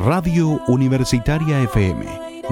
Radio Universitaria FM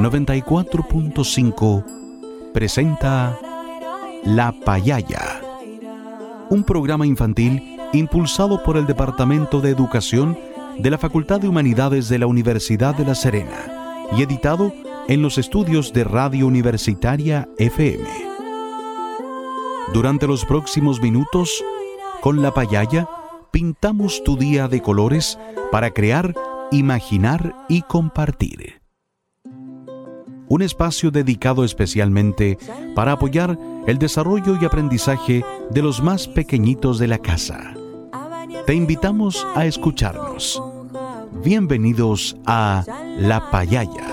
94.5 presenta La Payaya, un programa infantil impulsado por el Departamento de Educación de la Facultad de Humanidades de la Universidad de La Serena y editado en los estudios de Radio Universitaria FM. Durante los próximos minutos, con La Payaya, pintamos tu día de colores para crear, imaginar y compartir. Un espacio dedicado especialmente para apoyar el desarrollo y aprendizaje de los más pequeñitos de la casa. Te invitamos a escucharnos. Bienvenidos a La Payaya.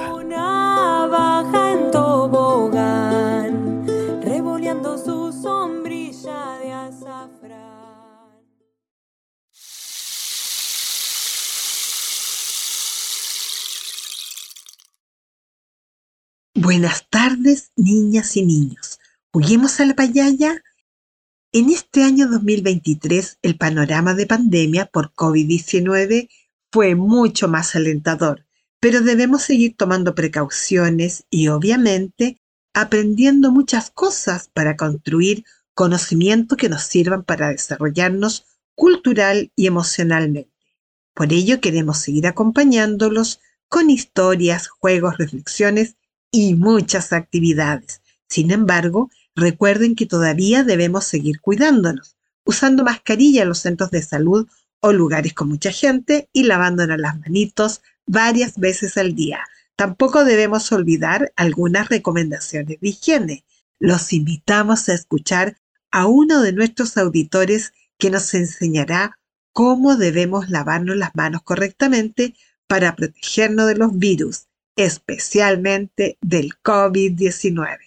Buenas tardes, niñas y niños. ¿Juguemos a la payaya? En este año 2023, el panorama de pandemia por COVID-19 fue mucho más alentador, pero debemos seguir tomando precauciones y, obviamente, aprendiendo muchas cosas para construir conocimiento que nos sirvan para desarrollarnos cultural y emocionalmente. Por ello, queremos seguir acompañándolos con historias, juegos, reflexiones y muchas actividades. Sin embargo, recuerden que todavía debemos seguir cuidándonos, usando mascarilla en los centros de salud o lugares con mucha gente y lavándonos las manitos varias veces al día. Tampoco debemos olvidar algunas recomendaciones de higiene. Los invitamos a escuchar a uno de nuestros auditores que nos enseñará cómo debemos lavarnos las manos correctamente para protegernos de los virus, especialmente del COVID-19.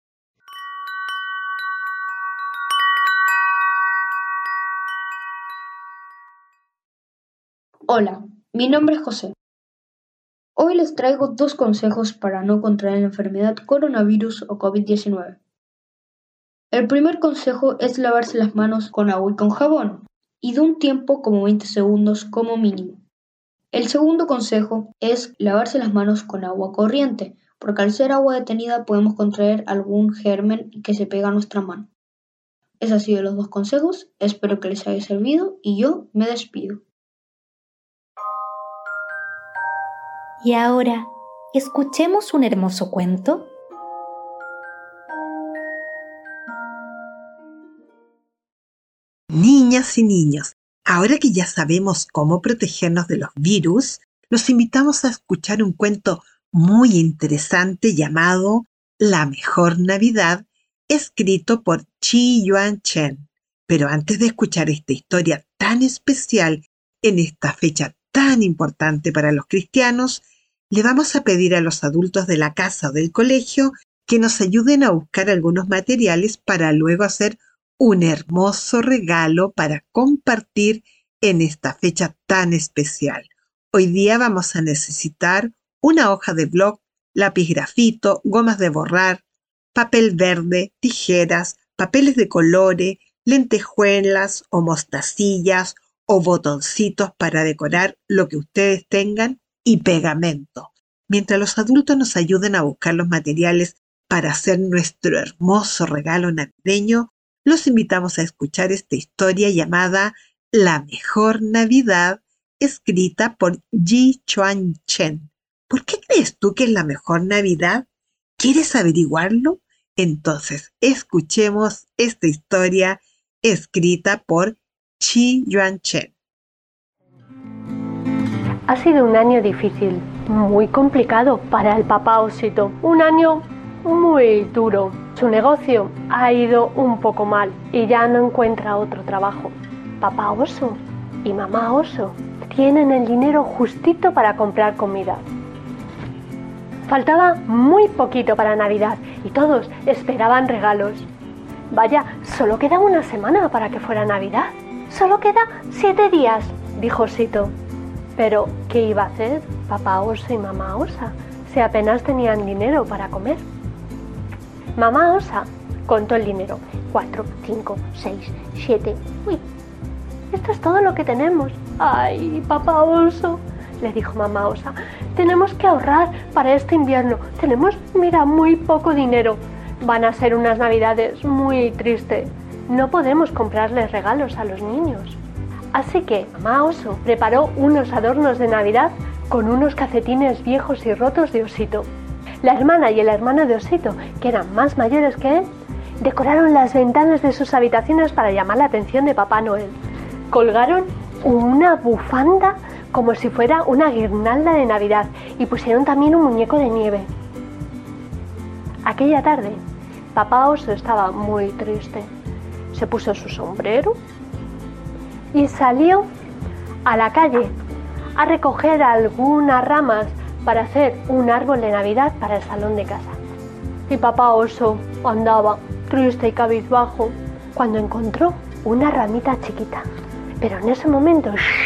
Hola, mi nombre es José. Hoy les traigo 2 consejos para no contraer la enfermedad coronavirus o COVID-19. El primer consejo es lavarse las manos con agua y con jabón, y de un tiempo como 20 segundos como mínimo. El segundo consejo es lavarse las manos con agua corriente, porque al ser agua detenida podemos contraer algún germen que se pega a nuestra mano. Esos han sido los 2 consejos, espero que les haya servido y yo me despido. Y ahora, escuchemos un hermoso cuento. Niñas y niños, ahora que ya sabemos cómo protegernos de los virus, los invitamos a escuchar un cuento muy interesante llamado La Mejor Navidad, escrito por Chi Yuan Chen. Pero antes de escuchar esta historia tan especial en esta fecha tan importante para los cristianos, le vamos a pedir a los adultos de la casa o del colegio que nos ayuden a buscar algunos materiales para luego hacer un hermoso regalo para compartir en esta fecha tan especial. Hoy día vamos a necesitar una hoja de blog, lápiz grafito, gomas de borrar, papel verde, tijeras, papeles de colores, lentejuelas o mostacillas o botoncitos para decorar lo que ustedes tengan y pegamento. Mientras los adultos nos ayuden a buscar los materiales para hacer nuestro hermoso regalo navideño, los invitamos a escuchar esta historia llamada La Mejor Navidad, escrita por Chi Yuan Chen. ¿Por qué crees tú que es la mejor Navidad? ¿Quieres averiguarlo? Entonces, escuchemos esta historia escrita por Chi Yuan Chen. Ha sido un año difícil, muy complicado para el papá Osito. Un año muy duro. Su negocio ha ido un poco mal y ya no encuentra otro trabajo. Papá Oso y mamá Oso tienen el dinero justito para comprar comida. Faltaba muy poquito para Navidad y todos esperaban regalos. Vaya, solo queda una semana para que fuera Navidad. Solo queda 7 días, dijo Osito. Pero, ¿qué iba a hacer papá Oso y mamá Osa si apenas tenían dinero para comer? Mamá Osa contó el dinero. 4, 5, 6, 7. Uy, esto es todo lo que tenemos. Ay, papá Oso, le dijo mamá osa. Tenemos que ahorrar para este invierno. Tenemos, mira, muy poco dinero. Van a ser unas navidades muy tristes. No podemos comprarles regalos a los niños. Así que mamá oso preparó unos adornos de Navidad con unos calcetines viejos y rotos de Osito. La hermana y el hermano de Osito, que eran más mayores que él, decoraron las ventanas de sus habitaciones para llamar la atención de Papá Noel. Colgaron una bufanda como si fuera una guirnalda de Navidad y pusieron también un muñeco de nieve. Aquella tarde, Papá Oso estaba muy triste. Se puso su sombrero y salió a la calle a recoger algunas ramas para hacer un árbol de Navidad para el salón de casa. Y Papá Oso andaba triste y cabizbajo cuando encontró una ramita chiquita. Pero en ese momento,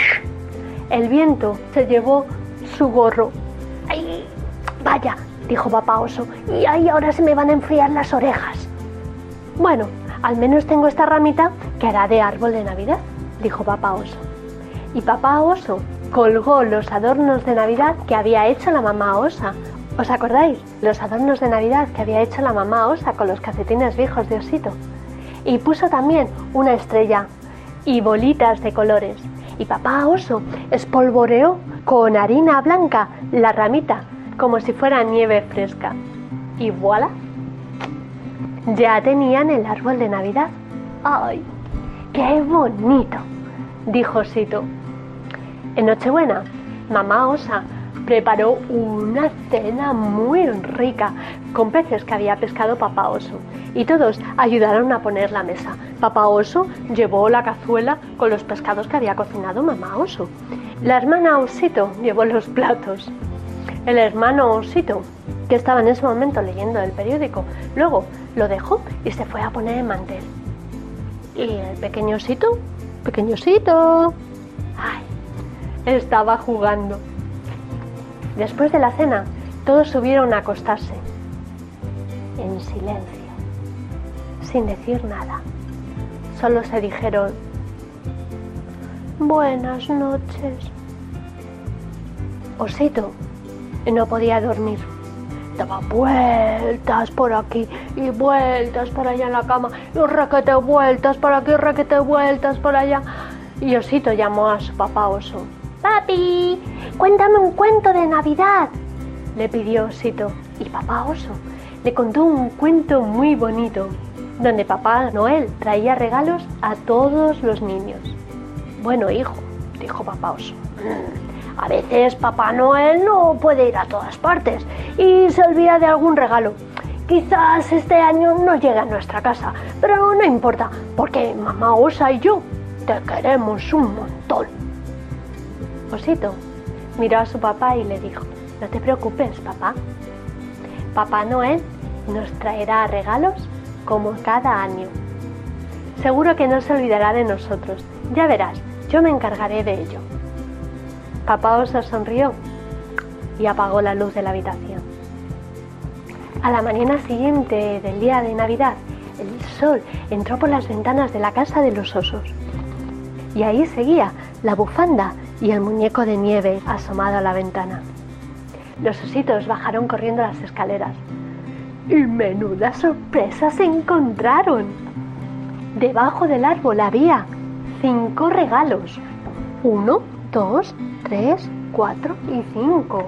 el viento se llevó su gorro. ¡Ay! Vaya, dijo Papá Oso, y ahí ahora se me van a enfriar las orejas. Bueno, al menos tengo esta ramita que hará de árbol de Navidad, dijo Papá Oso. Y Papá Oso colgó los adornos de Navidad que había hecho la mamá osa. ¿Os acordáis? Los adornos de Navidad que había hecho la mamá osa con los calcetines viejos de Osito. Y puso también una estrella y bolitas de colores. Y Papá Oso espolvoreó con harina blanca la ramita como si fuera nieve fresca. Y ¡voilà! Ya tenían el árbol de Navidad. ¡Ay, qué bonito!, dijo Osito. En Nochebuena, mamá osa preparó una cena muy rica con peces que había pescado Papá Oso y todos ayudaron a poner la mesa. Papá Oso llevó la cazuela con los pescados que había cocinado mamá Oso. La hermana Osito llevó los platos. El hermano Osito, que estaba en ese momento leyendo el periódico, luego lo dejó y se fue a poner el mantel. Y el pequeño Osito, ¡ay!, estaba jugando. Después de la cena, todos subieron a acostarse, en silencio, sin decir nada. Solo se dijeron buenas noches. Osito no podía dormir. Daba vueltas por aquí y vueltas por allá en la cama, y requete vueltas por aquí, requete vueltas por allá. Y Osito llamó a su papá Oso. ¡Papi! ¡Cuéntame un cuento de Navidad!, le pidió Osito. Y Papá Oso le contó un cuento muy bonito, donde Papá Noel traía regalos a todos los niños. Bueno, hijo, dijo Papá Oso, a veces Papá Noel no puede ir a todas partes y se olvida de algún regalo. Quizás este año no llegue a nuestra casa, pero no importa, porque mamá Osa y yo te queremos un montón. Osito miró a su papá y le dijo, no te preocupes, papá. Papá Noel nos traerá regalos como cada año. Seguro que no se olvidará de nosotros. Ya verás, yo me encargaré de ello. Papá Oso sonrió y apagó la luz de la habitación. A la mañana siguiente del día de Navidad, el sol entró por las ventanas de la casa de los osos. Y ahí seguía la bufanda y el muñeco de nieve asomado a la ventana. Los ositos bajaron corriendo las escaleras. ¡Y menuda sorpresa se encontraron! Debajo del árbol había 5 regalos. 1, 2, 3, 4 y 5.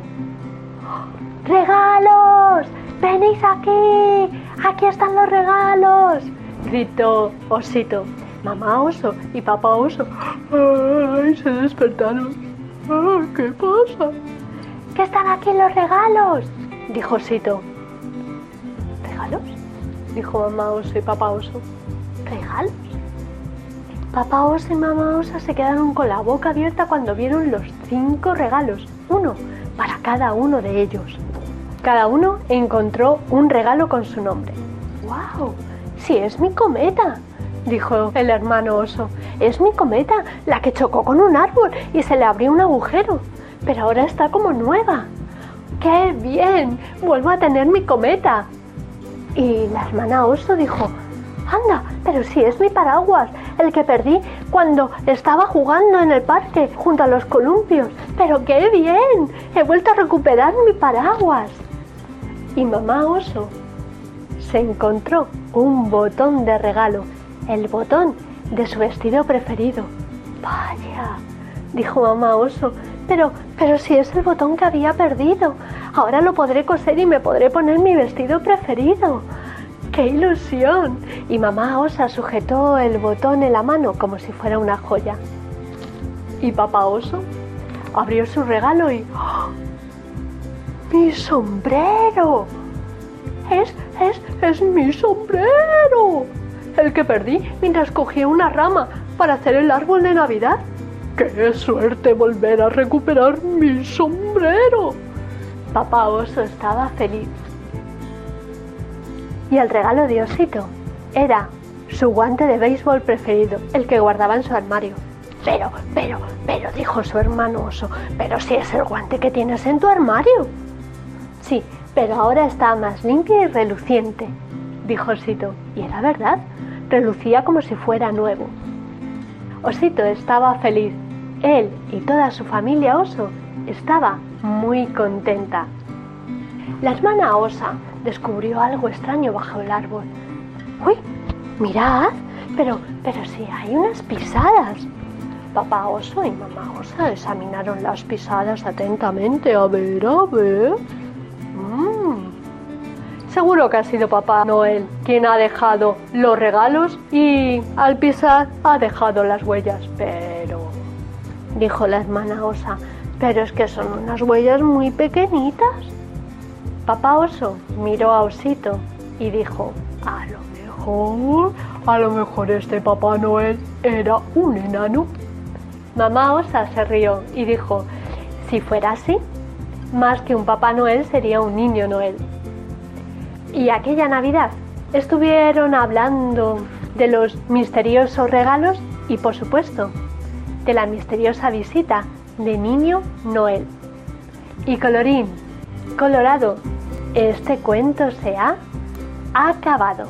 ¡Regalos! ¡Venid aquí! ¡Aquí están los regalos!, gritó Osito. Mamá Oso y Papá Oso, ¡ay!, se despertaron. ¡Ay, qué pasa! ¡Que están aquí los regalos!, dijo Osito. ¿Regalos?, dijo Mamá Oso y Papá Oso. ¿Regalos? Papá Oso y Mamá Osa se quedaron con la boca abierta cuando vieron los 5 regalos, uno para cada uno de ellos. Cada uno encontró un regalo con su nombre. ¡Guau! ¡Sí, es mi cometa!, dijo el hermano Oso. Es mi cometa, la que chocó con un árbol y se le abrió un agujero, pero ahora está como nueva. ¡Qué bien! ¡Vuelvo a tener mi cometa! Y la hermana Oso dijo, ¡Anda! Pero si es mi paraguas, el que perdí cuando estaba jugando en el parque junto a los columpios. ¡Pero qué bien! He vuelto a recuperar mi paraguas. Y mamá oso se encontró un botón de regalo, el botón de su vestido preferido. ¡Vaya!, dijo mamá oso, pero si es el botón que había perdido. Ahora lo podré coser y me podré poner mi vestido preferido. ¡Qué ilusión! Y mamá osa sujetó el botón en la mano como si fuera una joya. Y papá oso abrió su regalo y... ¡oh! ¡Mi sombrero! ¡Es mi sombrero! El que perdí mientras cogía una rama para hacer el árbol de Navidad. ¡Qué suerte volver a recuperar mi sombrero! Papá oso estaba feliz. Y el regalo de Osito era su guante de béisbol preferido, el que guardaba en su armario. Pero, dijo su hermano oso, pero si es el guante que tienes en tu armario. Sí, pero ahora está más limpio y reluciente, dijo Osito. Y era verdad, relucía como si fuera nuevo. Osito estaba feliz. Él y toda su familia oso estaba muy contenta. La hermana osa descubrió algo extraño bajo el árbol. ¡Uy! ¡Mirad! Pero si hay unas pisadas. Papá oso y mamá osa examinaron las pisadas atentamente. A ver. Seguro que ha sido Papá Noel quien ha dejado los regalos y al pisar ha dejado las huellas. Pero, dijo la hermana osa, pero es que son unas huellas muy pequeñitas. Papá oso miró a Osito y dijo, a lo mejor este Papá Noel era un enano. Mamá osa se rió y dijo, si fuera así, más que un Papá Noel sería un Niño Noel. Y aquella Navidad estuvieron hablando de los misteriosos regalos y, por supuesto, de la misteriosa visita de Niño Noel. Y colorín colorado, este cuento se ha acabado.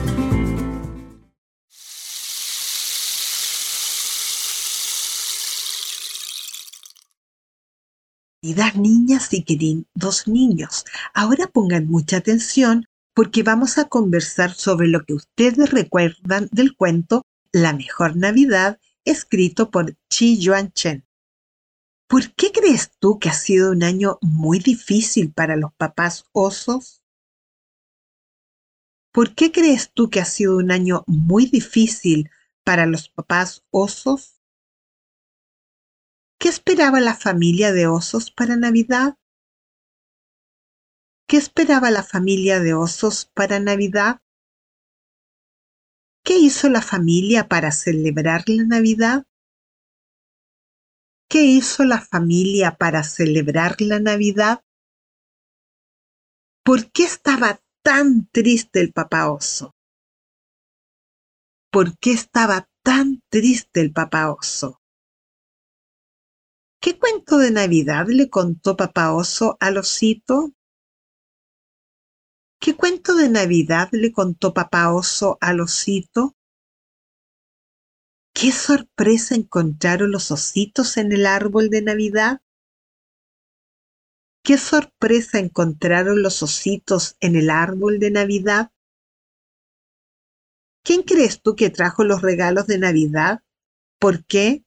Queridas niñas y queridos niños, ahora pongan mucha atención porque vamos a conversar sobre lo que ustedes recuerdan del cuento La Mejor Navidad, escrito por Chi Yuan Chen. ¿Por qué crees tú que ha sido un año muy difícil para los papás osos? ¿Por qué crees tú que ha sido un año muy difícil para los papás osos? ¿Qué esperaba la familia de osos para Navidad? ¿Qué esperaba la familia de osos para Navidad? ¿Qué hizo la familia para celebrar la Navidad? ¿Qué hizo la familia para celebrar la Navidad? ¿Por qué estaba tan triste el papá oso? ¿Por qué estaba tan triste el papá oso? ¿Qué cuento de Navidad le contó papá oso al osito? ¿Qué cuento de Navidad le contó papá oso al osito? ¿Qué sorpresa encontraron los ositos en el árbol de Navidad? ¿Qué sorpresa encontraron los ositos en el árbol de Navidad? ¿Quién crees tú que trajo los regalos de Navidad? ¿Por qué?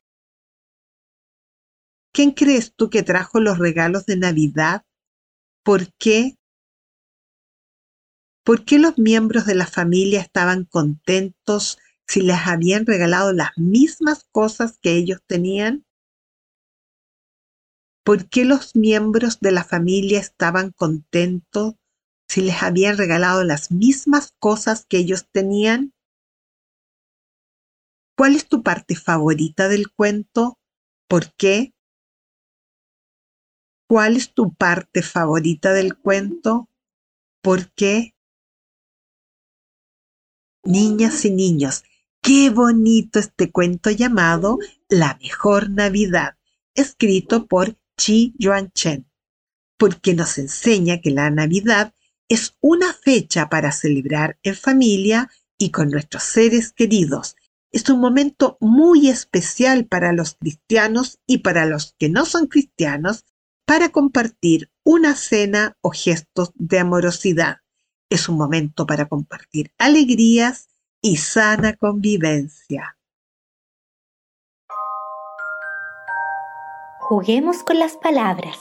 ¿Quién crees tú que trajo los regalos de Navidad? ¿Por qué? ¿Por qué los miembros de la familia estaban contentos si les habían regalado las mismas cosas que ellos tenían? ¿Por qué los miembros de la familia estaban contentos si les habían regalado las mismas cosas que ellos tenían? ¿Cuál es tu parte favorita del cuento? ¿Por qué? ¿Cuál es tu parte favorita del cuento? ¿Por qué? Niñas y niños, qué bonito este cuento llamado La Mejor Navidad, escrito por Chi Yuan Chen, porque nos enseña que la Navidad es una fecha para celebrar en familia y con nuestros seres queridos. Es un momento muy especial para los cristianos y para los que no son cristianos para compartir una cena o gestos de amorosidad. Es un momento para compartir alegrías y sana convivencia. Juguemos con las palabras.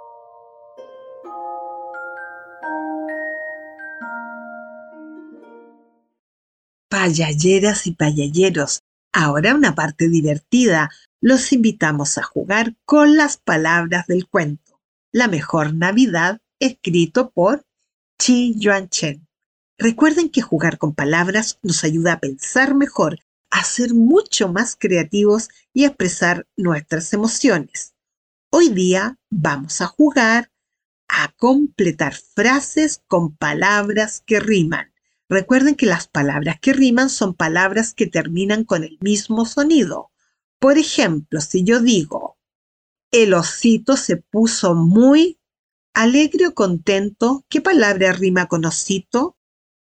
Payalleras y payalleros, ahora una parte divertida. Los invitamos a jugar con las palabras del cuento La Mejor Navidad, escrito por Chi Yuan Chen. Recuerden que jugar con palabras nos ayuda a pensar mejor, a ser mucho más creativos y a expresar nuestras emociones. Hoy día vamos a jugar a completar frases con palabras que riman. Recuerden que las palabras que riman son palabras que terminan con el mismo sonido. Por ejemplo, si yo digo, el osito se puso muy alegre o contento, ¿qué palabra rima con osito?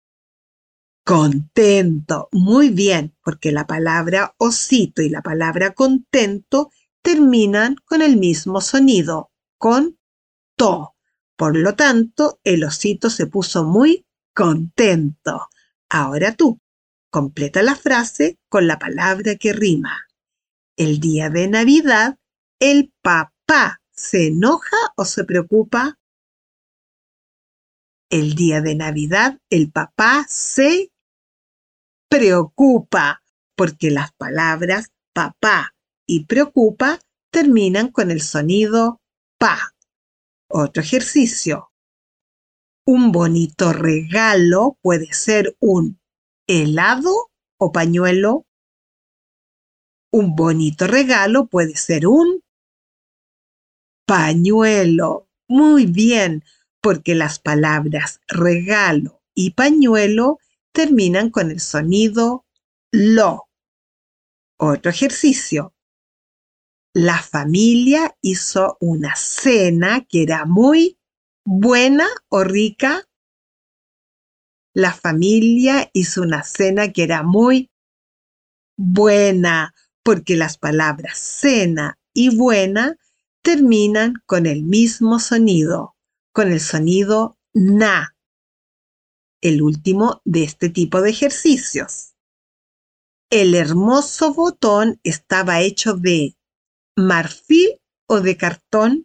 Contento. Muy bien, porque la palabra osito y la palabra contento terminan con el mismo sonido, con to. Por lo tanto, el osito se puso muy contento. Ahora tú, completa la frase con la palabra que rima. El día de Navidad, ¿el papá se enoja o se preocupa? El día de Navidad, el papá se preocupa, porque las palabras papá y preocupa terminan con el sonido pa. Otro ejercicio. Un bonito regalo puede ser un helado o pañuelo. Un bonito regalo puede ser un pañuelo. Muy bien, porque las palabras regalo y pañuelo terminan con el sonido lo. Otro ejercicio. La familia hizo una cena que era muy buena o rica. La familia hizo una cena que era muy buena, porque las palabras cena y buena terminan con el mismo sonido, con el sonido na. El último de este tipo de ejercicios. El hermoso botón estaba hecho de marfil o de cartón.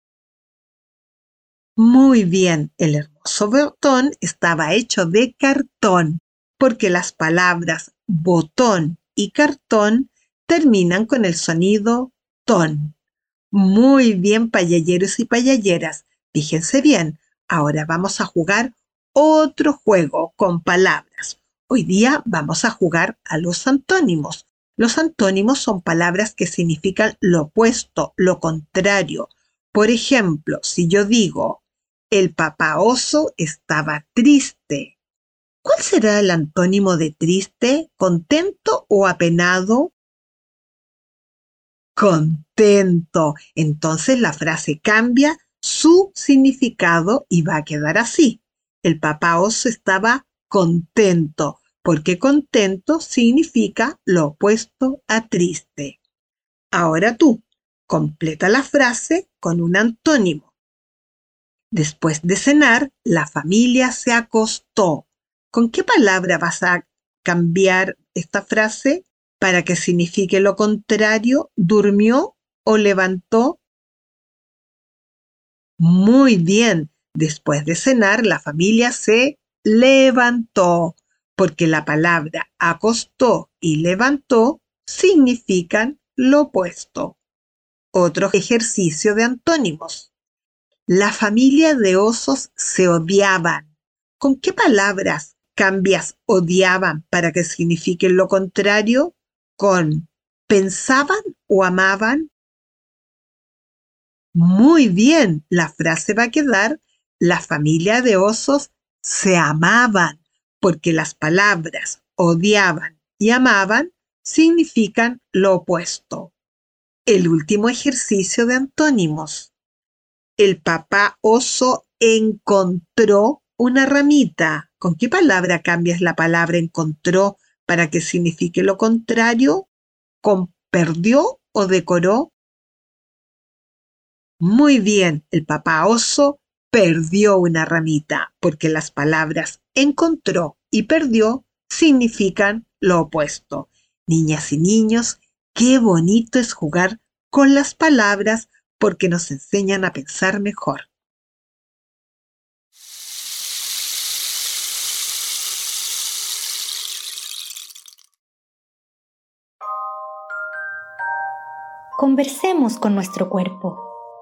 Muy bien, el hermoso botón estaba hecho de cartón, porque las palabras botón y cartón terminan con el sonido ton. Muy bien, payalleros y payalleras. Fíjense bien, ahora vamos a jugar otro juego con palabras. Hoy día vamos a jugar a los antónimos. Los antónimos son palabras que significan lo opuesto, lo contrario. Por ejemplo, si yo digo, el papá oso estaba triste. ¿Cuál será el antónimo de triste? ¿Contento o apenado? Contento. Entonces la frase cambia su significado y va a quedar así. El papá oso estaba contento, porque contento significa lo opuesto a triste. Ahora tú, completa la frase con un antónimo. Después de cenar, la familia se acostó. ¿Con qué palabra vas a cambiar esta frase para que signifique lo contrario? ¿Durmió o levantó? Muy bien. Después de cenar, la familia se levantó, porque la palabra acostó y levantó significan lo opuesto. Otro ejercicio de antónimos. La familia de osos se odiaban. ¿Con qué palabras cambias odiaban para que signifiquen lo contrario? ¿Con pensaban o amaban? Muy bien, la frase va a quedar, la familia de osos se amaban, porque las palabras odiaban y amaban significan lo opuesto. El último ejercicio de antónimos. El papá oso encontró una ramita. ¿Con qué palabra cambias la palabra encontró para que signifique lo contrario? ¿Con perdió o decoró? Muy bien, el papá oso perdió una ramita, porque las palabras encontró y perdió significan lo opuesto. Niñas y niños, qué bonito es jugar con las palabras porque nos enseñan a pensar mejor. Conversemos con nuestro cuerpo.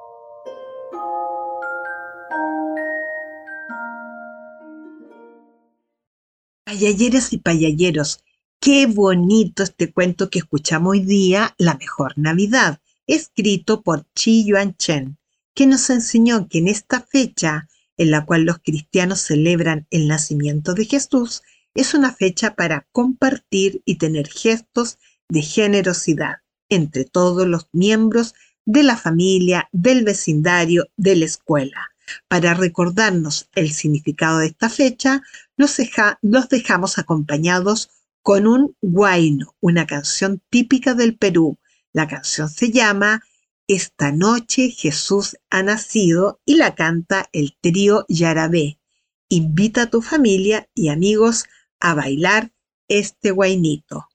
Payalleras y payalleros, qué bonito este cuento que escuchamos hoy día, La Mejor Navidad, escrito por Chi Yuan Chen, que nos enseñó que en esta fecha, en la cual los cristianos celebran el nacimiento de Jesús, es una fecha para compartir y tener gestos de generosidad entre todos los miembros de la familia, del vecindario, de la escuela. Para recordarnos el significado de esta fecha, los dejamos acompañados con un huayno, una canción típica del Perú. La canción se llama Esta noche Jesús ha nacido y la canta el trío Yarabé. Invita a tu familia y amigos a bailar este huaynito.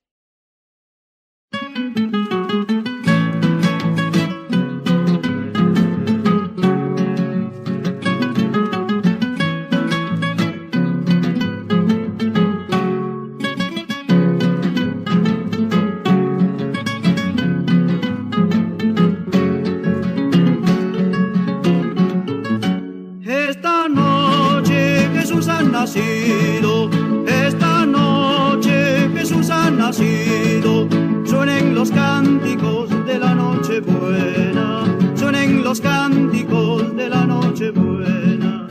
Esta noche Jesús ha nacido, suenen los cánticos de la Nochebuena, suenen los cánticos de la Nochebuena.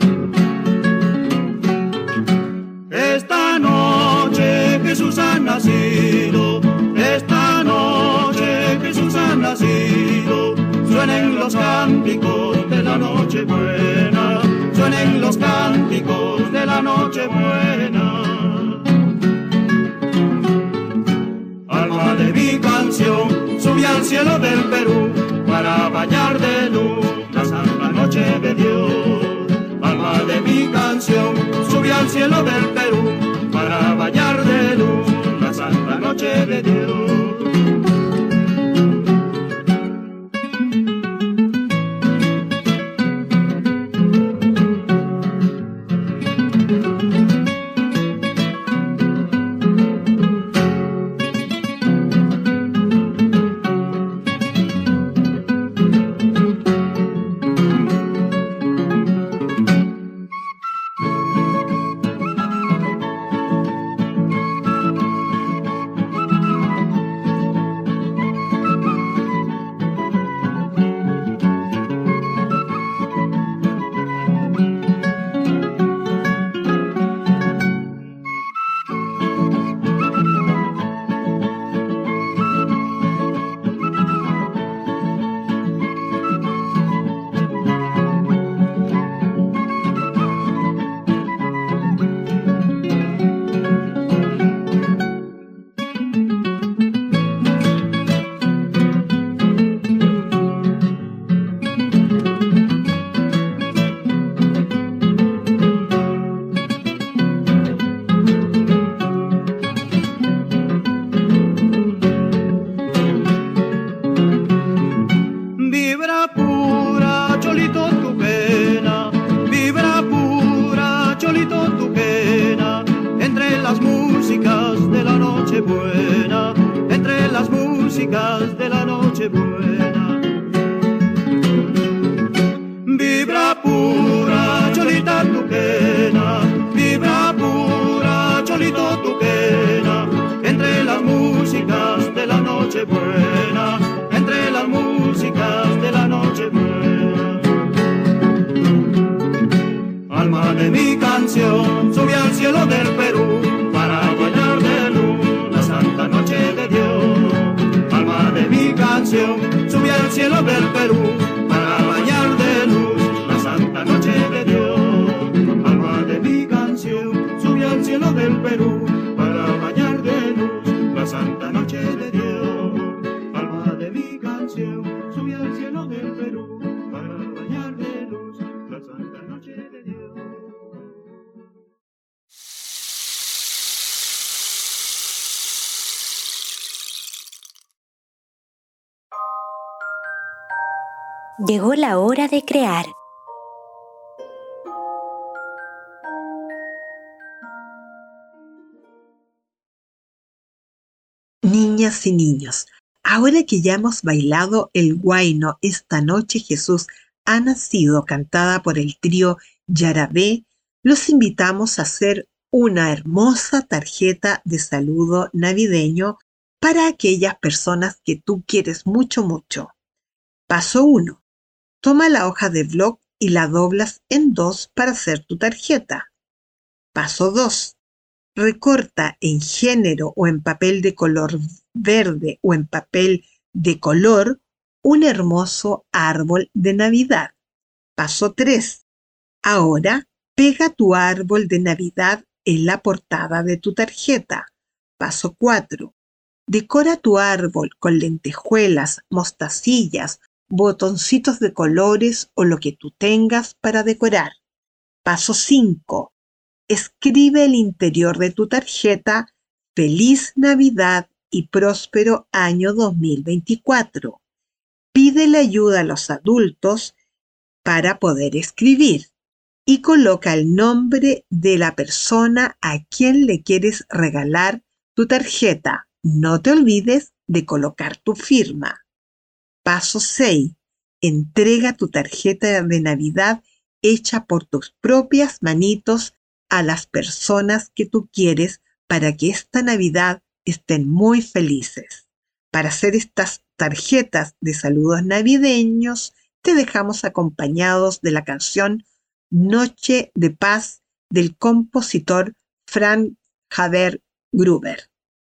Esta noche Jesús ha nacido, esta noche Jesús ha nacido, suenen los cánticos de la Nochebuena, suenen los cánticos de la Nochebuena. Alma de mi canción, subí al cielo del Perú para bañar de luz la santa noche de Dios. Alma de mi canción, subí al cielo del Perú para bañar de luz la santa noche de Dios. Subí al cielo del Perú para bañar de luz la santa noche de Dios. Alma de mi Llegó la hora de crear. Niñas y niños, ahora que ya hemos bailado el huayno Esta noche Jesús ha nacido, cantada por el trío Yarabé, los invitamos a hacer una hermosa tarjeta de saludo navideño para aquellas personas que tú quieres mucho, mucho. Paso 1. Toma la hoja de blog y la doblas en 2 para hacer tu tarjeta. Paso 2. Recorta en género o en papel de color verde o en papel de color un hermoso árbol de Navidad. Paso 3. Ahora pega tu árbol de Navidad en la portada de tu tarjeta. Paso 4. Decora tu árbol con lentejuelas, mostacillas, botoncitos de colores o lo que tú tengas para decorar. Paso 5. Escribe el interior de tu tarjeta Feliz Navidad y próspero año 2024. Pídele ayuda a los adultos para poder escribir y coloca el nombre de la persona a quien le quieres regalar tu tarjeta. No te olvides de colocar tu firma. Paso 6. Entrega tu tarjeta de Navidad hecha por tus propias manitos a las personas que tú quieres para que esta Navidad estén muy felices. Para hacer estas tarjetas de saludos navideños, te dejamos acompañados de la canción Noche de Paz del compositor Franz Xaver Gruber.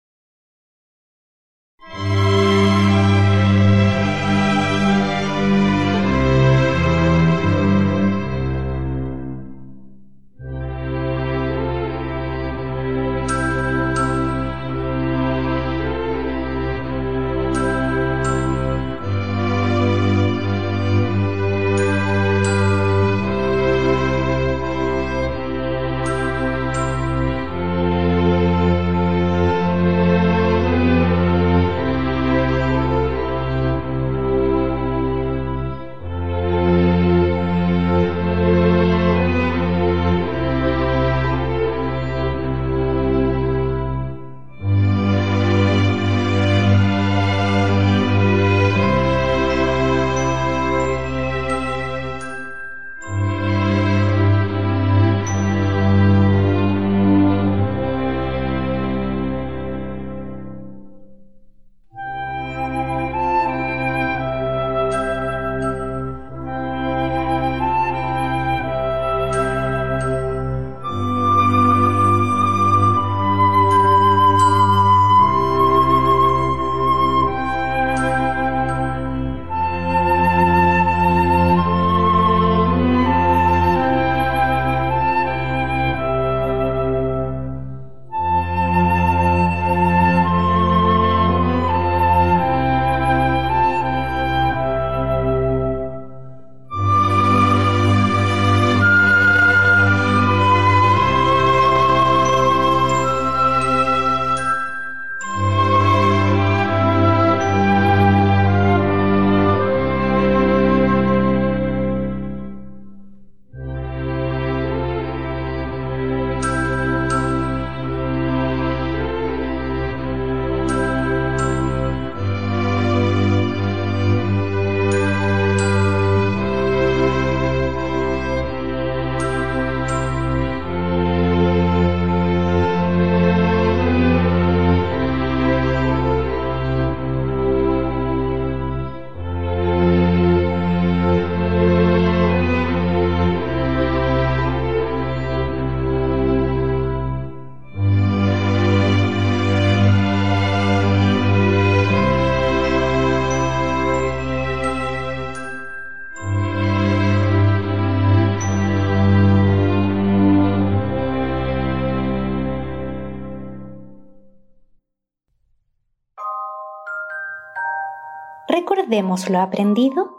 Recordemos lo aprendido.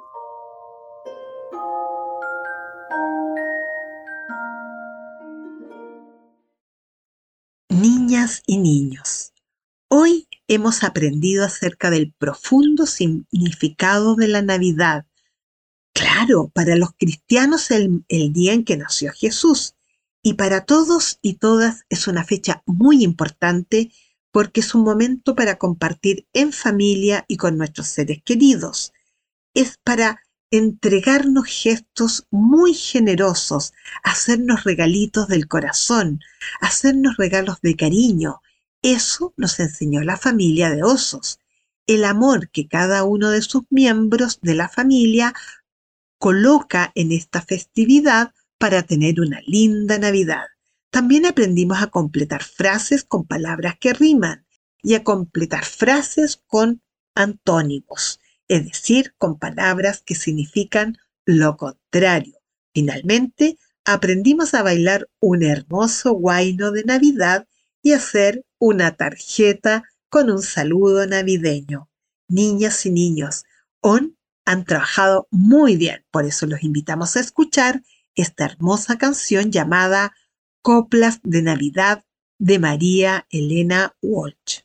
Niñas y niños, hoy hemos aprendido acerca del profundo significado de la Navidad, Claro, para los cristianos el día en que nació Jesús. Y para todos y todas es una fecha muy importante porque es un momento para compartir en familia y con nuestros seres queridos. Es para entregarnos gestos muy generosos, hacernos regalitos del corazón, hacernos regalos de cariño. Eso nos enseñó la familia de osos. El amor que cada uno de sus miembros de la familia coloca en esta festividad para tener una linda Navidad. También aprendimos a completar frases con palabras que riman y a completar frases con antónimos, es decir, con palabras que significan lo contrario. Finalmente, aprendimos a bailar un hermoso huayno de Navidad y hacer una tarjeta con un saludo navideño. Niñas y niños, han trabajado muy bien, por eso los invitamos a escuchar esta hermosa canción llamada Coplas de Navidad de María Elena Walsh.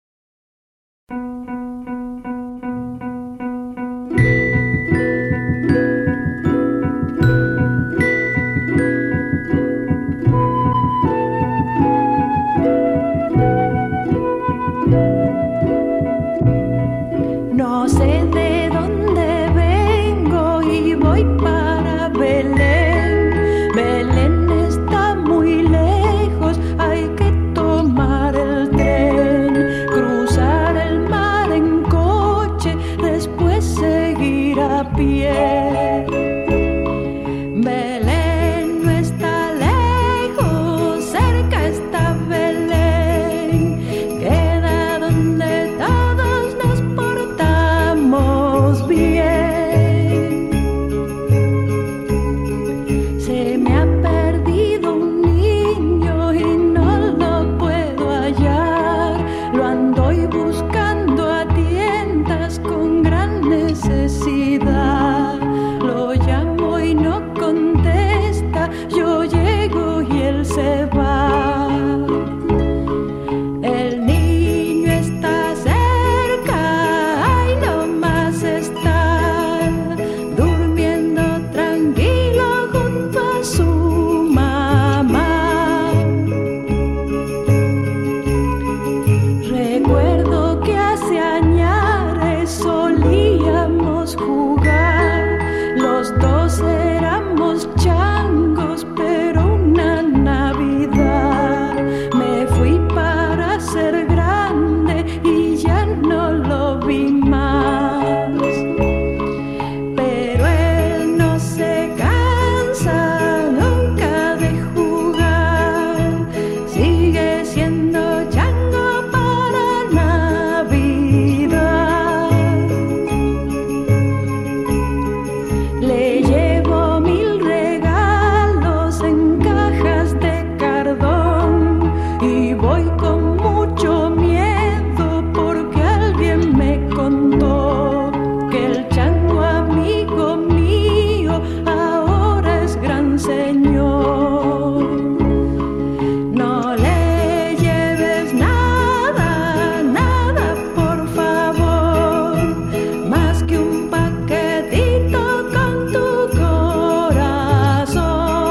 No sé de dónde vengo y voy para Belén. Belén está muy lejos, hay que tomar el tren, cruzar el mar en coche, después seguir a pie. Belén no está lejos, cerca está Belén, queda donde todos nos portamos bien. Se me ha perdido un niño y no lo puedo hallar, lo ando y buscando a tientas con gran necesidad. Lo llamo y no contesta, yo llego y él se va. El niño está cerca, ahí nomás está, durmiendo tranquilo junto a su mamá. Recuerdo que hace añares solíamos jugar, los dos éramos changos, pero una Navidad me fui para ser grande y ya no lo vi más. Pero él no se cansa nunca de jugar, sigue siendo chango para Navidad. Le llevo 1000 regalos en cajas de cardón y voy con mucho miedo porque alguien me contó que el chango amigo mío ahora es gran señor. No le lleves nada, nada por favor, más que un paquetito con tu corazón.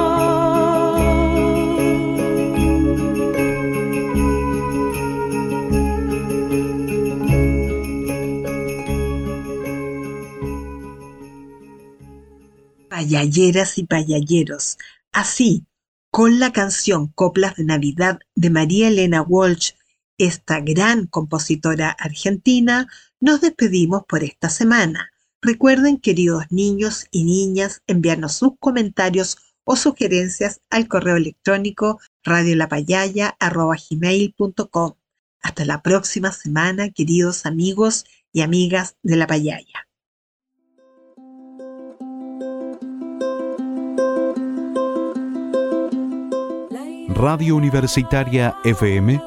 Payalleras y payalleros, así, con la canción Coplas de Navidad de María Elena Walsh, esta gran compositora argentina, nos despedimos por esta semana. Recuerden, queridos niños y niñas, enviarnos sus comentarios o sugerencias al correo electrónico radiolapayaya@gmail.com. Hasta la próxima semana, queridos amigos y amigas de La Payaya. Radio Universitaria FM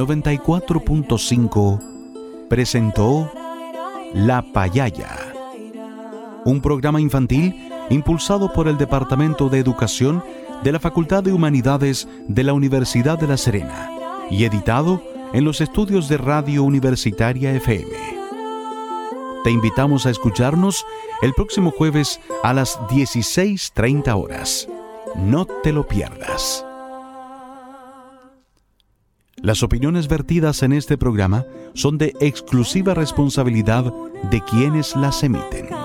94.5 presentó La Payaya, un programa infantil impulsado por el Departamento de Educación de la Facultad de Humanidades de la Universidad de La Serena y editado en los estudios de Radio Universitaria FM. Te invitamos a escucharnos el próximo jueves a las 16:30 horas. No te lo pierdas. Las opiniones vertidas en este programa son de exclusiva responsabilidad de quienes las emiten.